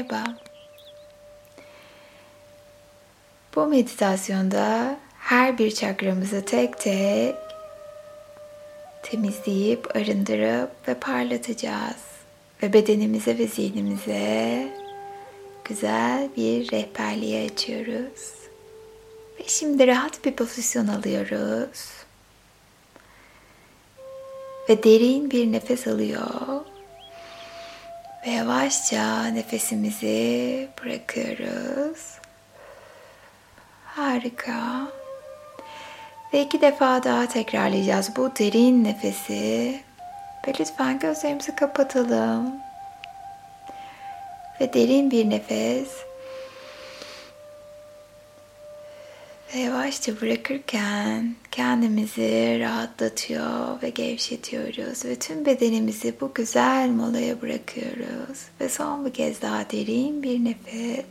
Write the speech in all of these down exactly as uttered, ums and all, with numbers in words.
Merhaba. Bu meditasyonda her bir çakramızı tek tek temizleyip, arındırıp ve parlatacağız. Ve bedenimize ve zihnimize güzel bir rehberliği açıyoruz. Ve şimdi rahat bir pozisyon alıyoruz. Ve derin bir nefes alıyor. Ve yavaşça nefesimizi bırakıyoruz. Harika. Ve iki defa daha tekrarlayacağız bu derin nefesi. Ve lütfen gözlerimizi kapatalım. Ve derin bir nefes. Ve yavaşça bırakırken kendimizi rahatlatıyor ve gevşetiyoruz. Ve tüm bedenimizi bu güzel molaya bırakıyoruz. Ve son bir kez daha derin bir nefes.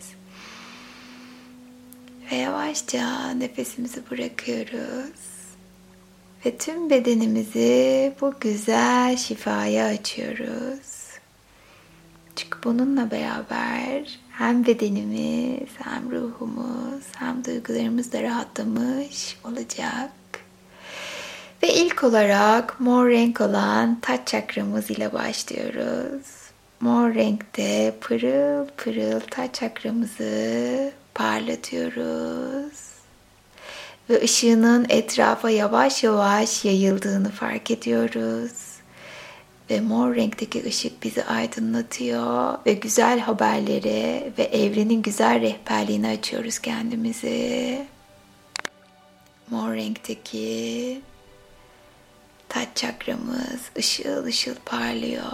Ve yavaşça nefesimizi bırakıyoruz. Ve tüm bedenimizi bu güzel şifaya açıyoruz. Çünkü bununla beraber hem bedenimiz, hem ruhumuz, hem duygularımız da rahatlamış olacak. Ve ilk olarak mor renk olan taç çakramız ile başlıyoruz. Mor renkte pırıl pırıl taç çakramızı parlatıyoruz. Ve ışığının etrafa yavaş yavaş yayıldığını fark ediyoruz. Ve mor renkteki ışık bizi aydınlatıyor ve güzel haberleri ve evrenin güzel rehberliğini açıyoruz kendimizi. Mor renkteki taç çakramız ışıl ışıl parlıyor.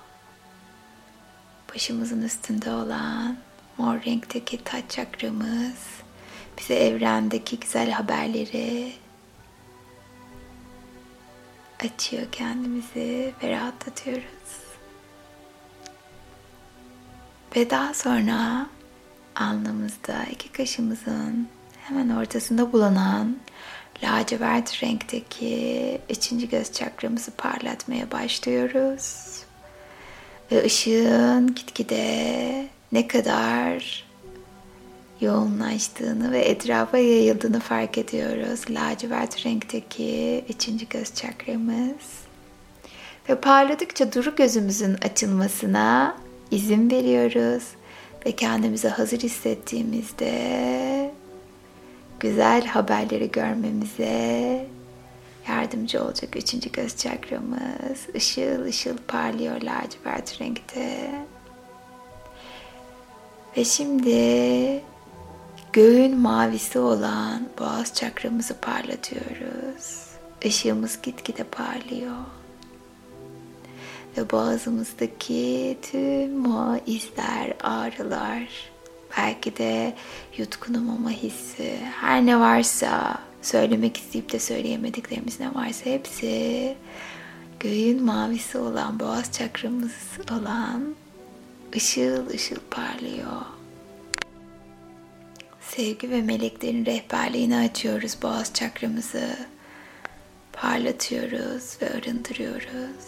Başımızın üstünde olan mor renkteki taç çakramız bize evrendeki güzel haberleri açıyor kendimizi ve rahatlatıyoruz. Ve daha sonra alnımızda iki kaşımızın hemen ortasında bulunan lacivert renkteki üçüncü göz çakramızı parlatmaya başlıyoruz. Ve ışığın gitgide ne kadar yoğunlaştığını ve etrafa yayıldığını fark ediyoruz. Lacivert renkteki üçüncü göz çakramız. Ve parladıkça duru gözümüzün açılmasına izin veriyoruz. Ve kendimizi hazır hissettiğimizde güzel haberleri görmemize yardımcı olacak üçüncü göz çakramız. Işıl ışıl parlıyor lacivert renkte. Ve şimdi göğün mavisi olan boğaz çakramızı parlatıyoruz. Işığımız gitgide parlıyor. Ve boğazımızdaki tüm o izler, ağrılar, belki de yutkunamama hissi, her ne varsa, söylemek isteyip de söyleyemediklerimiz ne varsa hepsi göğün mavisi olan boğaz çakramız olan ışıl ışıl parlıyor. Sevgi ve meleklerin rehberliğini açıyoruz boğaz çakramızı. Parlatıyoruz ve arındırıyoruz.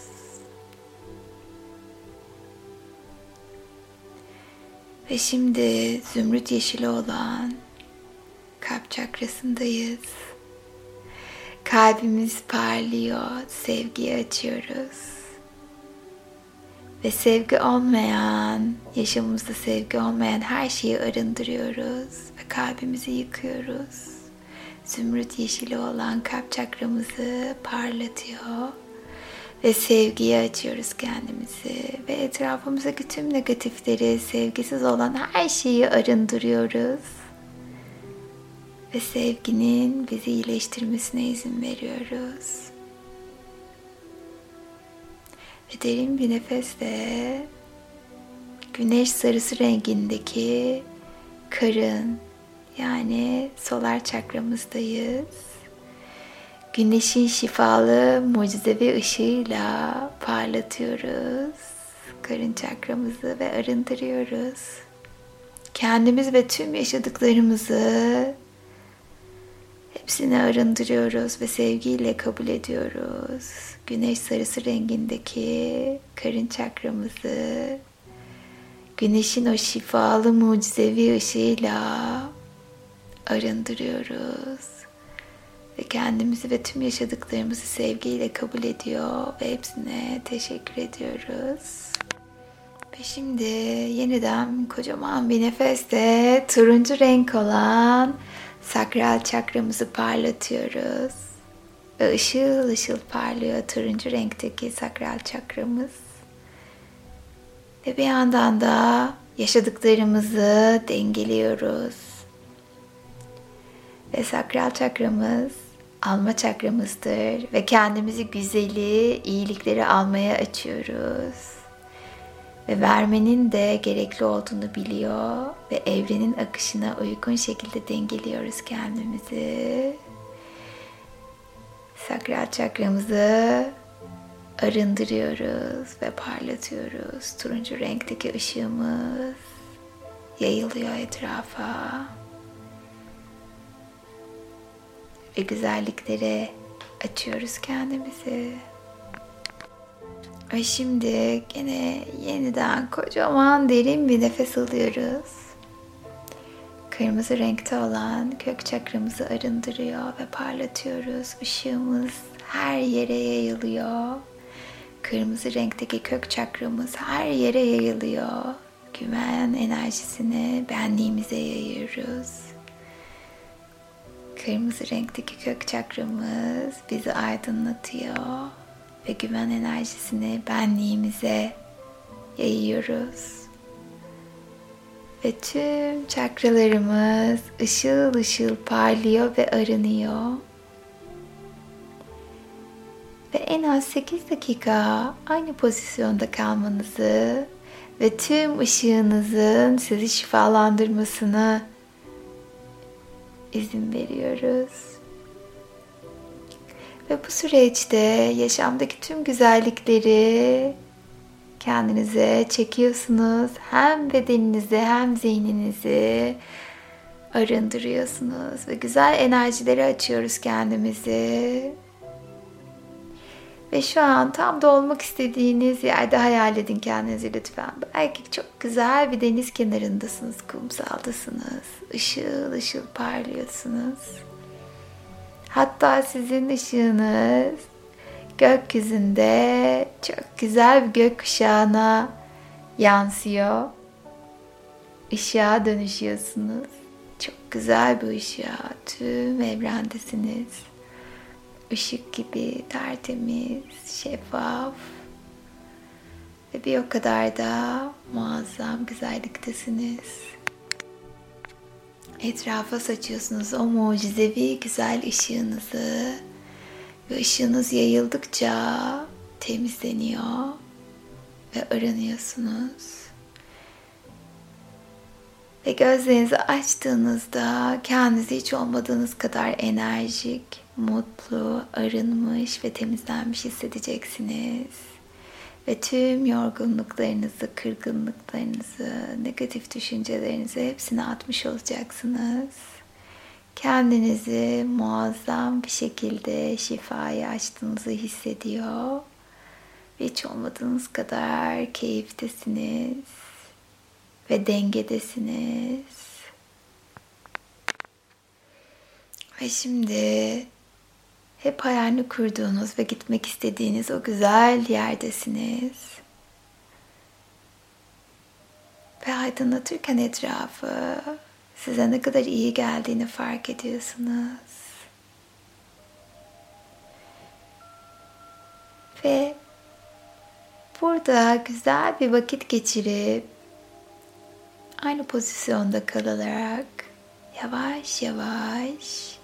Ve şimdi zümrüt yeşili olan kalp çakrasındayız. Kalbimiz parlıyor, sevgiyi açıyoruz. Ve sevgi olmayan, yaşamımızda sevgi olmayan her şeyi arındırıyoruz ve kalbimizi yıkıyoruz. Zümrüt yeşili olan kalp çakramızı parlatıyor ve sevgiye açıyoruz kendimizi ve etrafımızdaki tüm negatifleri, sevgisiz olan her şeyi arındırıyoruz. Ve sevginin bizi iyileştirmesine izin veriyoruz. Ve derin bir nefesle güneş sarısı rengindeki karın, yani solar çakramızdayız. Güneşin şifalı mucizevi ışığıyla parlatıyoruz karın çakramızı ve arındırıyoruz. Kendimiz ve tüm yaşadıklarımızı hepsini arındırıyoruz ve sevgiyle kabul ediyoruz. Güneş sarısı rengindeki karın çakramızı güneşin o şifalı mucizevi ışığıyla arındırıyoruz. Ve kendimizi ve tüm yaşadıklarımızı sevgiyle kabul ediyor ve hepsine teşekkür ediyoruz. Ve şimdi yeniden kocaman bir nefeste turuncu renk olan sakral çakramızı parlatıyoruz. Ve ışıl ışıl parlıyor turuncu renkteki sakral çakramız. Ve bir yandan da yaşadıklarımızı dengeliyoruz. Ve sakral çakramız alma çakramızdır ve kendimizi güzeli, iyilikleri almaya açıyoruz. Ve vermenin de gerekli olduğunu biliyor ve evrenin akışına uygun şekilde dengeliyoruz kendimizi. Sakral çakramızı arındırıyoruz ve parlatıyoruz. Turuncu renkteki ışığımız yayılıyor etrafa. Ve güzelliklere açıyoruz kendimizi. Ve şimdi gene yeniden kocaman derin bir nefes alıyoruz. Kırmızı renkte olan kök çakramızı arındırıyor ve parlatıyoruz. Işığımız her yere yayılıyor. Kırmızı renkteki kök çakramız her yere yayılıyor. Güven enerjisini benliğimize yayıyoruz. Kırmızı renkteki kök çakramız bizi aydınlatıyor ve güven enerjisini benliğimize yayıyoruz. Ve tüm çakralarımız ışıl ışıl parlıyor ve arınıyor. Ve en az sekiz dakika aynı pozisyonda kalmanızı ve tüm ışığınızın sizi şifalandırmasını izin veriyoruz. Ve bu süreçte yaşamdaki tüm güzellikleri kendinize çekiyorsunuz. Hem bedeninizi hem zihninizi arındırıyorsunuz. Ve güzel enerjileri açıyoruz kendimizi. Ve şu an tam da olmak istediğiniz yerde hayal edin kendinizi lütfen. Belki çok güzel bir deniz kenarındasınız, kumsaldasınız. Işıl ışıl parlıyorsunuz. Hatta sizin ışığınız gökyüzünde çok güzel bir gökkuşağına yansıyor. Işığa dönüşüyorsunuz. Çok güzel bir ışığa, tüm evrendesiniz. Işık gibi tertemiz, şeffaf ve bir o kadar da muazzam güzelliktesiniz. Etrafa saçıyorsunuz o mucizevi güzel ışığınızı ve ışığınız yayıldıkça temizleniyor ve arınıyorsunuz. Ve gözlerinizi açtığınızda kendinizi hiç olmadığınız kadar enerjik, mutlu, arınmış ve temizlenmiş hissedeceksiniz. Ve tüm yorgunluklarınızı, kırgınlıklarınızı, negatif düşüncelerinizi hepsini atmış olacaksınız. Kendinizi muazzam bir şekilde şifaya açtığınızı hissediyor. Ve hiç olmadığınız kadar keyiftesiniz ve dengedesiniz. Ve şimdi hep hayalini kurduğunuz ve gitmek istediğiniz o güzel yerdesiniz. Ve aydınlatırken etrafı size ne kadar iyi geldiğini fark ediyorsunuz. Ve burada güzel bir vakit geçirip aynı pozisyonda kalarak yavaş yavaş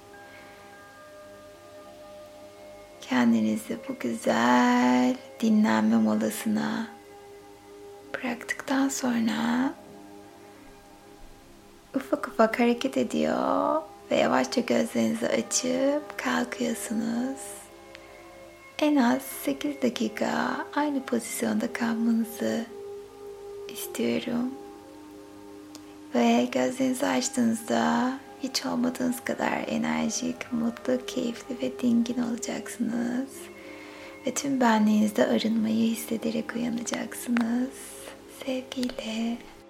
kendinizi bu güzel dinlenme molasına bıraktıktan sonra ufak ufak hareket ediyor ve yavaşça gözlerinizi açıp kalkıyorsunuz. En az sekiz dakika aynı pozisyonda kalmanızı istiyorum. Ve gözlerinizi açtığınızda hiç olmadığınız kadar enerjik, mutlu, keyifli ve dingin olacaksınız. Ve tüm benliğinizde arınmayı hissederek uyanacaksınız. Sevgiyle.